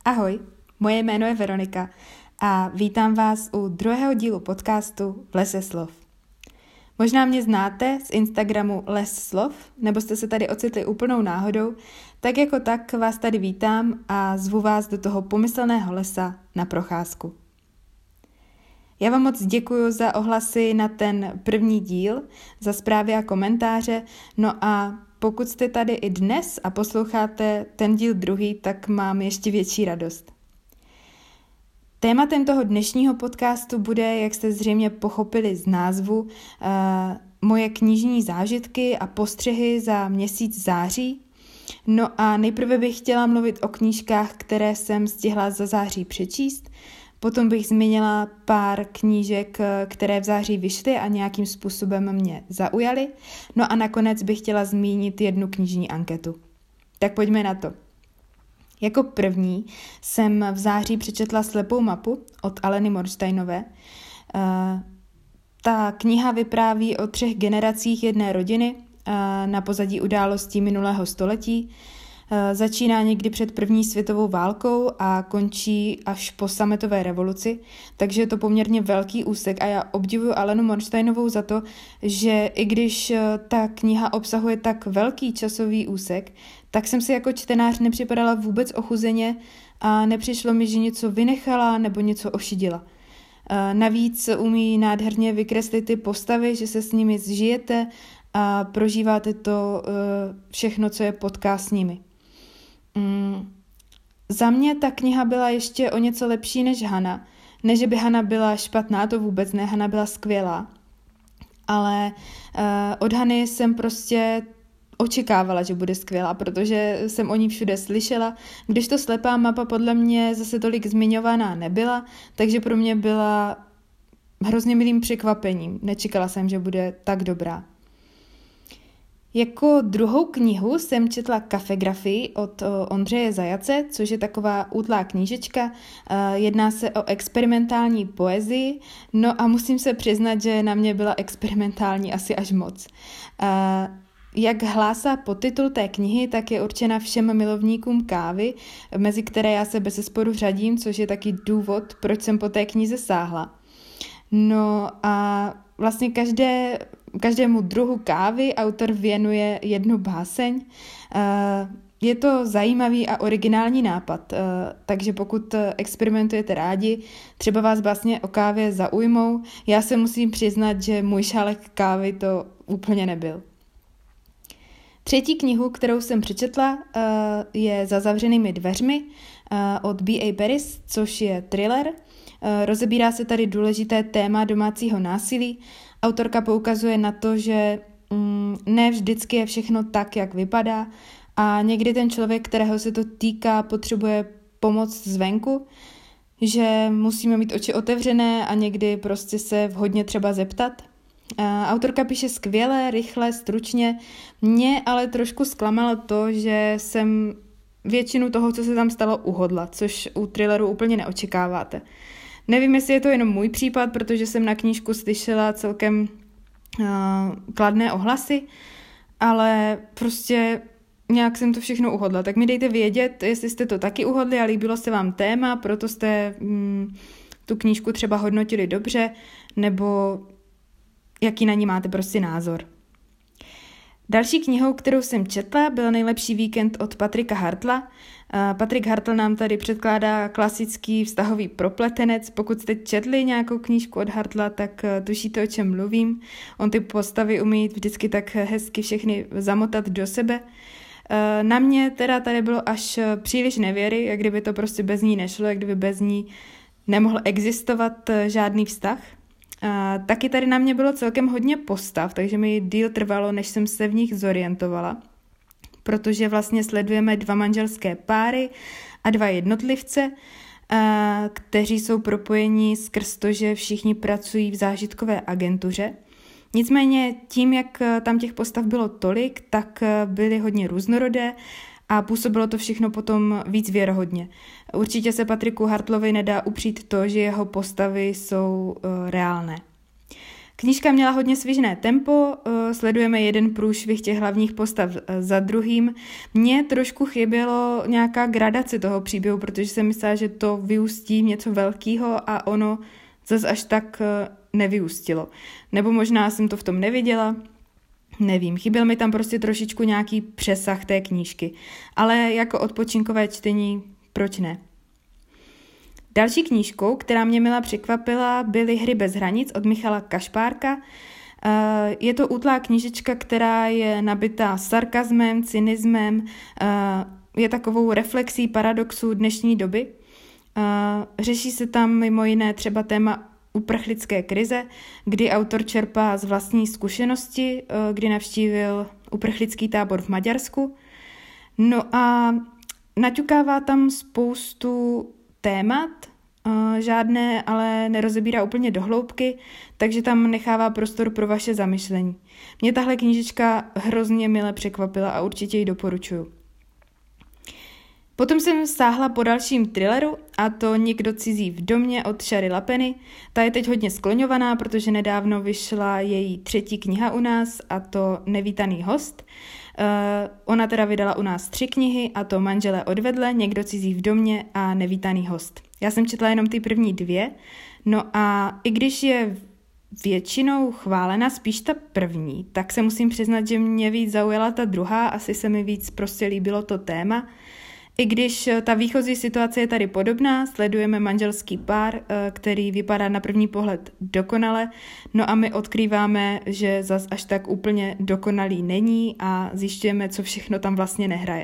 Ahoj, moje jméno je Veronika a vítám vás u druhého dílu podcastu V lese slov. Možná mě znáte z Instagramu Les slov, nebo jste se tady ocitli úplnou náhodou, tak jako tak vás tady vítám a zvu vás do toho pomyslného lesa na procházku. Já vám moc děkuju za ohlasy na ten první díl, za zprávy a komentáře, no a pokud jste tady i dnes a posloucháte ten díl druhý, tak mám ještě větší radost. Tématem toho dnešního podcastu bude, jak jste zřejmě pochopili z názvu, moje knižní zážitky a postřehy za měsíc září. No a nejprve bych chtěla mluvit o knížkách, které jsem stihla za září přečíst. Potom bych zmínila pár knížek, které v září vyšly a nějakým způsobem mě zaujaly. No a nakonec bych chtěla zmínit jednu knižní anketu. Tak pojďme na to. Jako první jsem v září přečetla Slepou mapu od Aleny Mornsteinové. Ta kniha vypráví o 3 generacích jedné rodiny na pozadí událostí minulého století. Začíná někdy před první světovou válkou a končí až po sametové revoluci, takže je to poměrně velký úsek a já obdivuju Alenu Mornsteinovou za to, že i když ta kniha obsahuje tak velký časový úsek, tak jsem si jako čtenář nepřipadala vůbec ochuzeně a nepřišlo mi, že něco vynechala nebo něco ošidila. Navíc umí nádherně vykreslit ty postavy, že se s nimi zžijete a prožíváte to všechno, co je potká s nimi. Za mě ta kniha byla ještě o něco lepší než Hana. Ne, že by Hana byla špatná, to vůbec ne, Hana byla skvělá. Ale od Hany jsem prostě očekávala, že bude skvělá, protože jsem o ní všude slyšela. Když to Slepá mapa podle mě zase tolik zmiňovaná nebyla, takže pro mě byla hrozně milým překvapením. Nečekala jsem, že bude tak dobrá. Jako druhou knihu jsem četla Kafegrafii od Ondřeje Zajace, což je taková útlá knížečka. Jedná se o experimentální poezii, no a musím se přiznat, že na mě byla experimentální asi až moc. Jak hlásá podtitul té knihy, tak je určena všem milovníkům kávy, mezi které já se bezesporu řadím, což je taky důvod, proč jsem po té knize sáhla. No a vlastně každému druhu kávy autor věnuje jednu báseň. Je to zajímavý a originální nápad, takže pokud experimentujete rádi, třeba vás básně o kávě zaujmou, já se musím přiznat, že můj šálek kávy to úplně nebyl. Třetí knihu, kterou jsem přečetla, je Za zavřenými dveřmi od B.A. Paris, což je thriller. Rozebírá se tady důležité téma domácího násilí. Autorka poukazuje na to, že ne vždycky je všechno tak, jak vypadá a někdy ten člověk, kterého se to týká, potřebuje pomoc zvenku, že musíme mít oči otevřené a někdy prostě se vhodně třeba zeptat. Autorka píše skvěle, rychle, stručně. Mě ale trošku zklamalo to, že jsem většinu toho, co se tam stalo, uhodla, což u thrilleru úplně neočekáváte. Nevím, jestli je to jenom můj případ, protože jsem na knížku slyšela celkem kladné ohlasy, ale prostě nějak jsem to všechno uhodla. Tak mi dejte vědět, jestli jste to taky uhodli a líbilo se vám téma, proto jste tu knížku třeba hodnotili dobře, nebo jaký na ní máte prostě názor. Další knihou, kterou jsem četla, byl Nejlepší víkend od Patrika Hartla. Patrik Hartl nám tady předkládá klasický vztahový propletenec. Pokud jste četli nějakou knížku od Hartla, tak tušíte, o čem mluvím. On ty postavy umí vždycky tak hezky všechny zamotat do sebe. Na mě teda tady bylo až příliš nevěry, jak kdyby to prostě bez ní nešlo, jak kdyby bez ní nemohl existovat žádný vztah. Taky tady na mě bylo celkem hodně postav, takže mi díl trvalo, než jsem se v nich zorientovala, protože vlastně sledujeme 2 manželské páry a 2 jednotlivce, kteří jsou propojeni skrz to, že všichni pracují v zážitkové agentuře. Nicméně tím, jak tam těch postav bylo tolik, tak byly hodně různorodé a působilo to všechno potom víc věrohodně. Určitě se Patriku Hartlovi nedá upřít to, že jeho postavy jsou reálné. Knížka měla hodně svižné tempo, sledujeme jeden průšvih těch hlavních postav za druhým. Mně trošku chybělo nějaká gradace toho příběhu, protože jsem myslela, že to vyústí v něco velkého a ono zas až tak nevyústilo. Nebo možná jsem to v tom neviděla, nevím, chyběl mi tam prostě trošičku nějaký přesah té knížky. Ale jako odpočinkové čtení, proč ne? Další knížkou, která mě mile překvapila, byly Hry bez hranic od Michala Kašpárka. Je to útlá knížečka, která je nabitá sarkazmem, cynismem, je takovou reflexí paradoxů dnešní doby. Řeší se tam mimo jiné třeba téma uprchlické krize, kdy autor čerpá z vlastní zkušenosti, kdy navštívil uprchlický tábor v Maďarsku. No a naťukává tam spoustu témat, žádné ale nerozebírá úplně do hloubky, takže tam nechává prostor pro vaše zamyšlení. Mě tahle knížečka hrozně mile překvapila a určitě ji doporučuju. Potom jsem sáhla po dalším thrilleru, a to Nikdo cizí v domě od Shary Lapeny. Ta je teď hodně skloňovaná, protože nedávno vyšla její 3. kniha u nás, a to Nevítaný host. Ona teda vydala u nás 3 knihy, a to Manželé odvedle, Někdo cizí v domě a Nevítaný host. Já jsem četla jenom ty první 2, no a i když je většinou chválena spíš ta první, tak se musím přiznat, že mě víc zaujala ta druhá, asi se mi víc prostě líbilo to téma. I když ta výchozí situace je tady podobná, sledujeme manželský pár, který vypadá na první pohled dokonale, no a my odkrýváme, že zas až tak úplně dokonalý není a zjišťujeme, co všechno tam vlastně nehraje.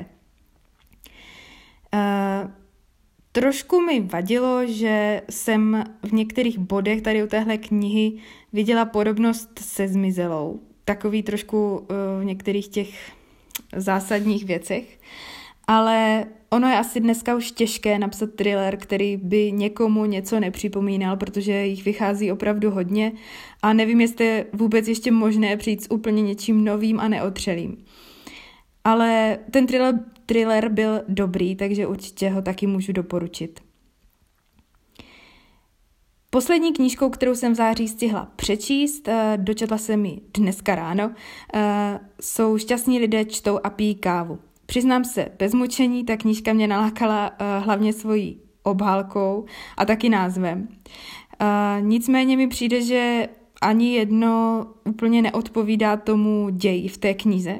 Trošku mi vadilo, že jsem v některých bodech tady u téhle knihy viděla podobnost se Zmizelou. Takový trošku v některých těch zásadních věcech. Ale ono je asi dneska už těžké napsat thriller, který by někomu něco nepřipomínal, protože jich vychází opravdu hodně a nevím, jestli je vůbec ještě možné přijít s úplně něčím novým a neotřelým. Ale ten thriller byl dobrý, takže určitě ho taky můžu doporučit. Poslední knížkou, kterou jsem v září stihla přečíst, dočetla jsem ji dneska ráno, jsou Šťastní lidé čtou a pijí kávu. Přiznám se, bez mučení, ta knížka mě nalákala hlavně svojí obálkou a taky názvem. Nicméně mi přijde, že ani jedno úplně neodpovídá tomu ději v té knize.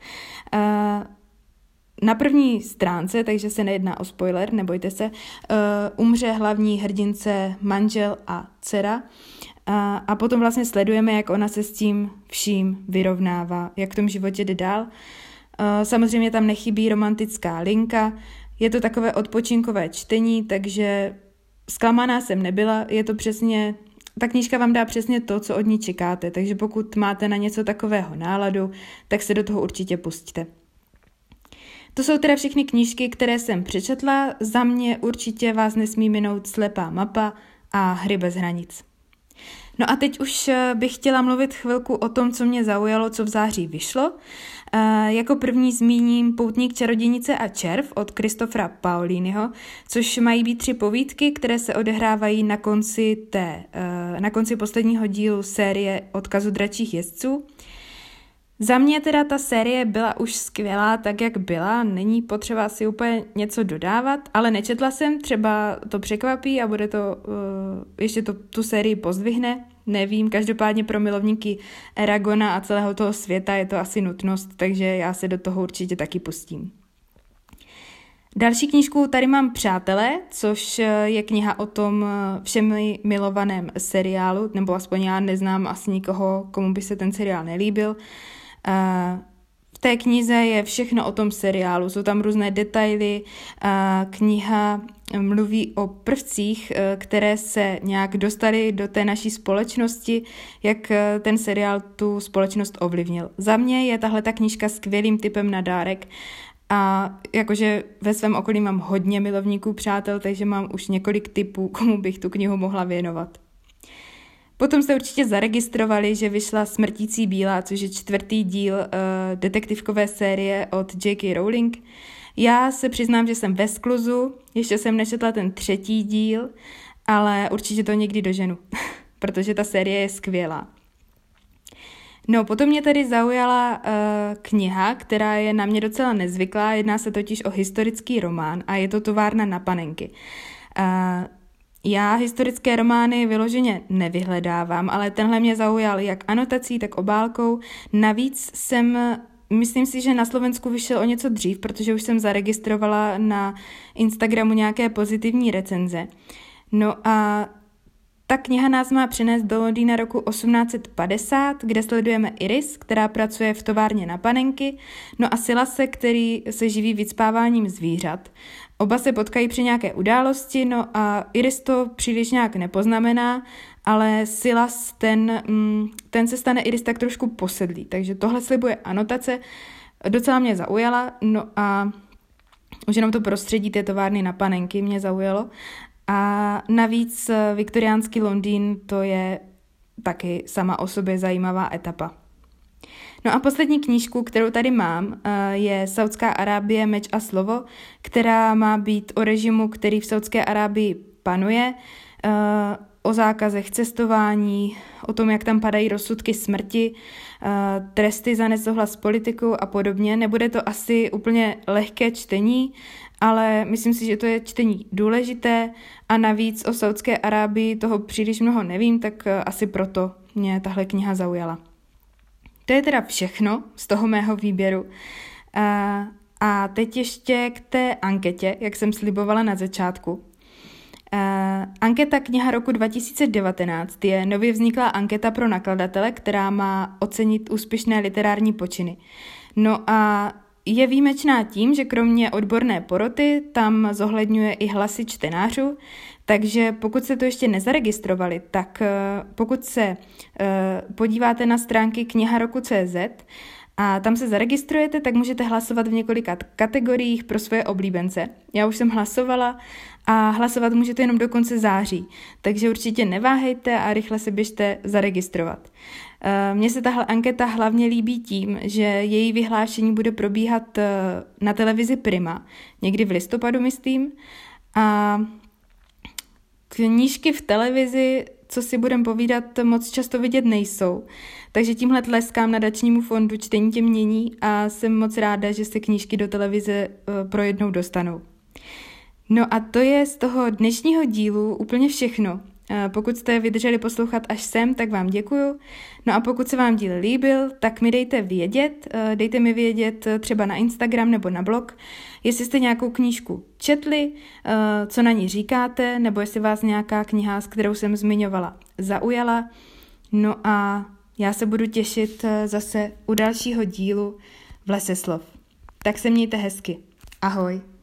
Na první stránce, takže se nejedná o spoiler, nebojte se, umře hlavní hrdince manžel a dcera a potom vlastně sledujeme, jak ona se s tím vším vyrovnává, jak v tom životě jde dál. Samozřejmě tam nechybí romantická linka, je to takové odpočinkové čtení, takže zklamaná jsem nebyla, je to přesně, ta knížka vám dá přesně to, co od ní čekáte, takže pokud máte na něco takového náladu, tak se do toho určitě pusťte. To jsou teda všechny knížky, které jsem přečetla, za mě určitě vás nesmí minout Slepá mapa a Hry bez hranic. No a teď už bych chtěla mluvit chvilku o tom, co mě zaujalo, co v září vyšlo. Jako první zmíním Poutník, čarodějnice a červ od Christophera Paoliniho, což mají být 3 povídky, které se odehrávají na konci posledního dílu série Odkazu dračích jezdců. Za mě teda ta série byla už skvělá tak, jak byla, není potřeba si úplně něco dodávat, ale nečetla jsem, třeba to překvapí a bude to, ještě tu sérii pozdvihne, nevím, každopádně pro milovníky Eragona a celého toho světa je to asi nutnost, takže já se do toho určitě taky pustím. Další knížku tady mám Přátelé, což je kniha o tom všemi milovaném seriálu, nebo aspoň já neznám asi nikoho, komu by se ten seriál nelíbil. V té knize je všechno o tom seriálu, jsou tam různé detaily, kniha mluví o prvcích, které se nějak dostaly do té naší společnosti, jak ten seriál tu společnost ovlivnil. Za mě je tahle ta knížka skvělým typem na dárek a jakože ve svém okolí mám hodně milovníků přátel, takže mám už několik tipů, komu bych tu knihu mohla věnovat. Potom jste určitě zaregistrovali, že vyšla Smrtící bílá, což je 4. díl detektivkové série od J.K. Rowling. Já se přiznám, že jsem ve skluzu, ještě jsem nečetla ten 3. díl, ale určitě to někdy doženu, protože ta série je skvělá. No, potom mě tady zaujala kniha, která je na mě docela nezvyklá, jedná se totiž o historický román a je to Továrna na panenky. Já historické romány vyloženě nevyhledávám, ale tenhle mě zaujal jak anotací, tak obálkou. Navíc myslím si, že na Slovensku vyšel o něco dřív, protože už jsem zaregistrovala na Instagramu nějaké pozitivní recenze. No a ta kniha nás má přinést do Londýna roku 1850, kde sledujeme Iris, která pracuje v továrně na panenky, no a Silase, který se živí vycpáváním zvířat. Oba se potkají při nějaké události, no a Iris to příliš nějak nepoznamená, ale Silas, ten se stane Iris tak trošku posedlý, takže tohle slibuje anotace, docela mě zaujala, no a už jenom to prostředí té továrny na panenky mě zaujalo. A navíc viktoriánský Londýn, to je taky sama o sobě zajímavá etapa. No a poslední knížku, kterou tady mám, je Saudská Arábie, meč a slovo, která má být o režimu, který v Saudské Arábii panuje, o zákazech cestování, o tom, jak tam padají rozsudky smrti, tresty za nesouhlas s politikou a podobně. Nebude to asi úplně lehké čtení, ale myslím si, že to je čtení důležité a navíc o Saudské Arábii toho příliš mnoho nevím, tak asi proto mě tahle kniha zaujala. To je teda všechno z toho mého výběru. A teď ještě k té anketě, jak jsem slibovala na začátku. Anketa kniha roku 2019 je nově vzniklá anketa pro nakladatele, která má ocenit úspěšné literární počiny. No a je výjimečná tím, že kromě odborné poroty tam zohledňuje i hlasy čtenářů, takže pokud jste to ještě nezaregistrovali, tak pokud se podíváte na stránky kniharoku.cz a tam se zaregistrujete, tak můžete hlasovat v několika kategoriích pro svoje oblíbence. Já už jsem hlasovala a hlasovat můžete jenom do konce září, takže určitě neváhejte a rychle se běžte zaregistrovat. Mně se tahle anketa hlavně líbí tím, že její vyhlášení bude probíhat na televizi Prima, někdy v listopadu, myslím, a knížky v televizi, co si budem povídat, moc často vidět nejsou. Takže tímhle tleskám nadačnímu fondu Čtení tě mění a jsem moc ráda, že se knížky do televize pro jednou dostanou. No a to je z toho dnešního dílu úplně všechno. Pokud jste vydrželi poslouchat až sem, tak vám děkuju. No a pokud se vám díl líbil, tak mi dejte mi vědět třeba na Instagram nebo na blog, jestli jste nějakou knížku četli, co na ní říkáte, nebo jestli vás nějaká kniha, s kterou jsem zmiňovala, zaujala. No a já se budu těšit zase u dalšího dílu v Lese slov. Tak se mějte hezky. Ahoj.